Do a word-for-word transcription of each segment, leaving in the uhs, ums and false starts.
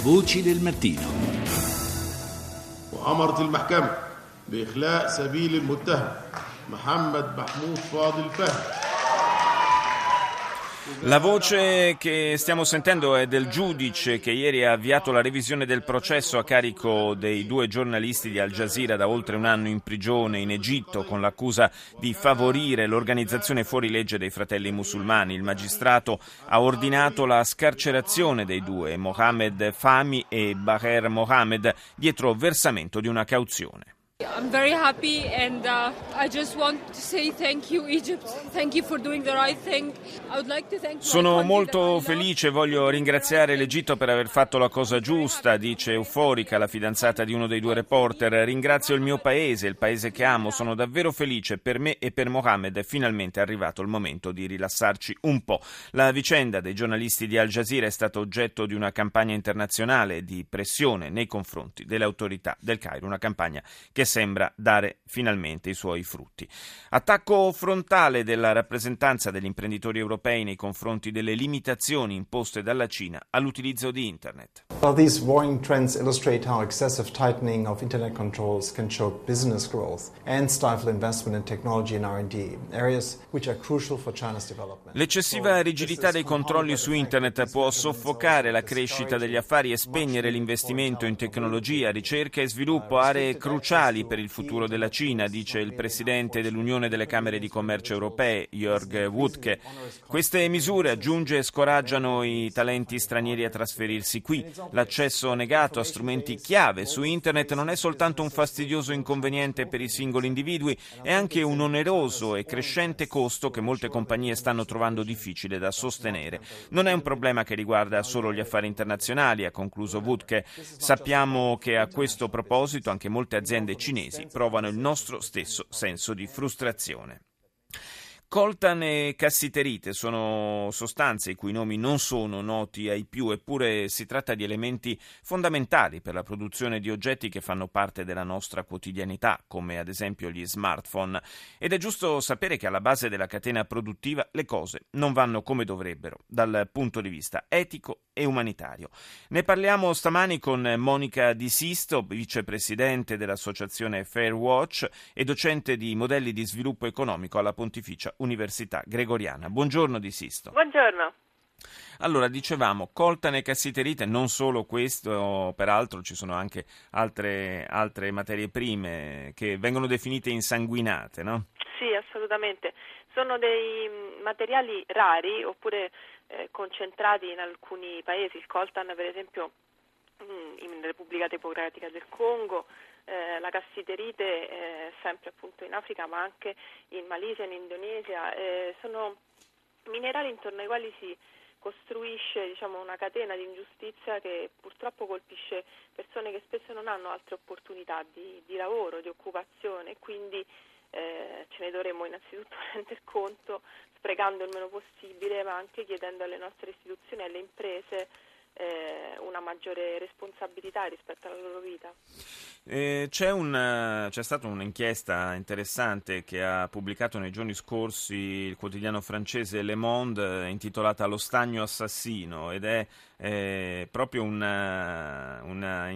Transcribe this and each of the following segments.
Voci del mattino. وأمرت المحكمة بإخلاء سبيل المتهم محمد محمود فاضل فهمي. La voce che stiamo sentendo è del giudice che ieri ha avviato la revisione del processo a carico dei due giornalisti di Al Jazeera da oltre un anno in prigione in Egitto con l'accusa di favorire l'organizzazione fuorilegge dei Fratelli Musulmani. Il magistrato ha ordinato la scarcerazione dei due, Mohamed Fahmy e Baher Mohamed, dietro versamento di una cauzione. I'm very happy and uh, I just want to say thank you Egypt, thank you for doing the right thing. I would like to thank Sono molto felice, voglio ringraziare l'Egitto per aver fatto la cosa giusta, dice euforica la fidanzata di uno dei due reporter. Ringrazio il mio paese, il paese che amo, sono davvero felice. Per me e per Mohamed è finalmente arrivato il momento di rilassarci un po'. La vicenda dei giornalisti di Al Jazeera è stata oggetto di una campagna internazionale di pressione nei confronti delle autorità del Cairo, una campagna che sembra dare finalmente i suoi frutti. Attacco frontale della rappresentanza degli imprenditori europei nei confronti delle limitazioni imposte dalla Cina all'utilizzo di Internet. Well, these worrying trends illustrate how excessive tightening of Internet controls can choke business growth and stifle investment in technology and R and D, areas which are crucial for China's development. L'eccessiva rigidità dei controlli su Internet può soffocare la crescita degli affari e spegnere l'investimento in tecnologia, ricerca e sviluppo, aree cruciali per il futuro della Cina, dice il presidente dell'Unione delle Camere di Commercio Europee, Jörg Wuttke. Queste misure, aggiunge, scoraggiano i talenti stranieri a trasferirsi qui. L'accesso negato a strumenti chiave su Internet non è soltanto un fastidioso inconveniente per i singoli individui, è anche un oneroso e crescente costo che molte compagnie stanno trovando difficile da sostenere. Non è un problema che riguarda solo gli affari internazionali, ha concluso Wuttke. Sappiamo che a questo proposito anche molte aziende cinesi provano il nostro stesso senso di frustrazione. Coltan e cassiterite sono sostanze i cui nomi non sono noti ai più, eppure si tratta di elementi fondamentali per la produzione di oggetti che fanno parte della nostra quotidianità, come ad esempio gli smartphone. Ed è giusto sapere che alla base della catena produttiva le cose non vanno come dovrebbero, dal punto di vista etico e umanitario. Ne parliamo stamani con Monica Di Sisto, vicepresidente dell'associazione Fairwatch e docente di modelli di sviluppo economico alla Pontificia Università Gregoriana. Buongiorno Di Sisto. Buongiorno. Allora, dicevamo, coltan e cassiterite, non solo questo, peraltro ci sono anche altre, altre materie prime che vengono definite insanguinate, no? Sì, assolutamente. Sono dei materiali rari oppure eh, concentrati in alcuni paesi. Il coltan, per esempio, in Repubblica Democratica del Congo, eh, la cassiterite eh, sempre appunto in Africa, ma anche in Malesia, in Indonesia. Eh, sono minerali intorno ai quali si costruisce, diciamo, una catena di ingiustizia che purtroppo colpisce persone che spesso non hanno altre opportunità di, di lavoro, di occupazione, e quindi eh, ce ne dovremmo innanzitutto rendere conto, sprecando il meno possibile, ma anche chiedendo alle nostre istituzioni e alle imprese eh, una maggiore responsabilità rispetto alla loro vita. Eh, c'è, un, c'è stata un'inchiesta interessante che ha pubblicato nei giorni scorsi il quotidiano francese Le Monde, intitolata Lo stagno assassino, ed è eh, proprio una, una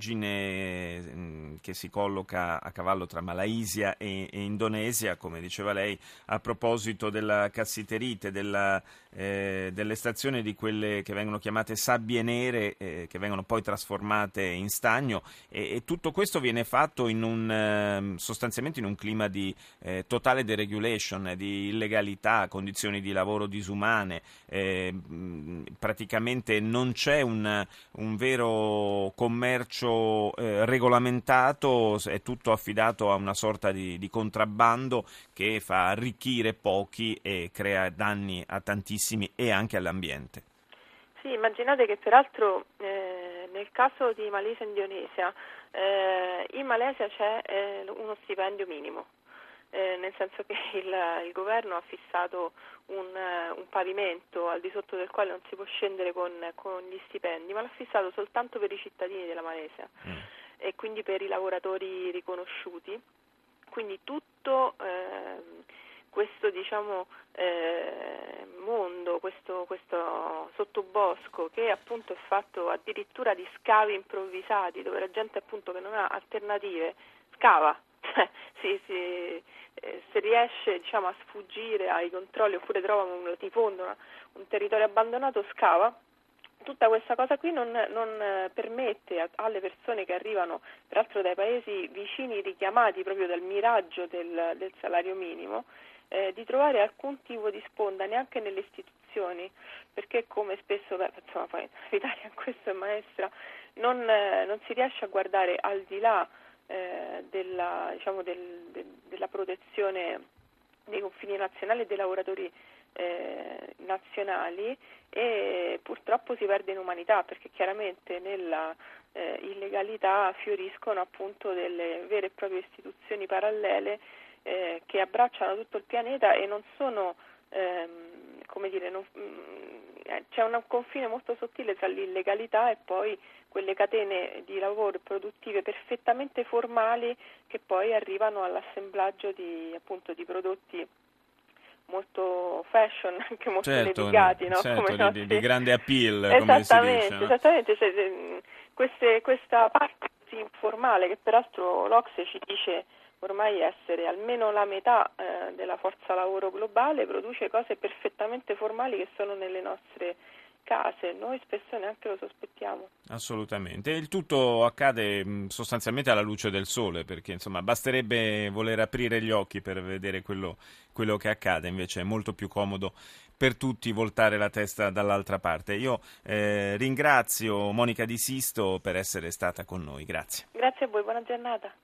indagine che si colloca a cavallo tra Malaysia e, e Indonesia, come diceva lei, a proposito della cassiterite, della, eh, dell'estrazione di quelle che vengono chiamate sabbie nere, eh, che vengono poi trasformate in stagno, e, e tutto questo viene fatto in un, eh, sostanzialmente in un clima di eh, totale deregulation, di illegalità, condizioni di lavoro disumane, eh, praticamente non c'è un, un vero commercio eh, regolamentato, è tutto affidato a una sorta di, di contrabbando che fa arricchire pochi e crea danni a tantissimi e anche all'ambiente. Sì, immaginate che peraltro eh, nel caso di Malesia e Indonesia, eh, in Malesia c'è eh, uno stipendio minimo, eh, nel senso che il, il governo ha fissato un, un pavimento al di sotto del quale non si può scendere con, con gli stipendi, ma l'ha fissato soltanto per i cittadini della Malesia mm. e quindi per i lavoratori riconosciuti. Quindi tutto... Eh, questo diciamo eh, mondo, questo, questo sottobosco che appunto è fatto addirittura di scavi improvvisati, dove la gente appunto che non ha alternative scava, cioè si, si, eh, se riesce diciamo a sfuggire ai controlli oppure trova un latifondo, una, un territorio abbandonato, scava. Tutta questa cosa qui non, non permette a, alle persone che arrivano peraltro dai paesi vicini richiamati proprio dal miraggio del, del salario minimo eh, di trovare alcun tipo di sponda neanche nelle istituzioni, perché come spesso, beh, insomma poi l'Italia in questo è maestra, non, eh, non si riesce a guardare al di là eh, della, diciamo del, del, della protezione dei confini nazionali e dei lavoratori Eh, nazionali, e purtroppo si perde in umanità, perché chiaramente nella eh, illegalità fioriscono appunto delle vere e proprie istituzioni parallele eh, che abbracciano tutto il pianeta e non sono ehm, come dire non, mh, c'è un confine molto sottile tra l'illegalità e poi quelle catene di lavoro produttive perfettamente formali che poi arrivano all'assemblaggio di appunto di prodotti molto fashion, anche molto certo, levigati, no? certo, Come di, nostri... di grande appeal, esattamente, come si dice, no? Esattamente, cioè, queste, questa parte così informale che peraltro l'Ocse ci dice ormai essere almeno la metà eh, della forza lavoro globale, produce cose perfettamente formali che sono nelle nostre case, noi spesso neanche lo sospettiamo. Assolutamente, il tutto accade mh, sostanzialmente alla luce del sole, perché insomma basterebbe voler aprire gli occhi per vedere quello, quello che accade, invece è molto più comodo per tutti voltare la testa dall'altra parte. Io eh, ringrazio Monica Di Sisto per essere stata con noi, grazie. Grazie a voi, buona giornata.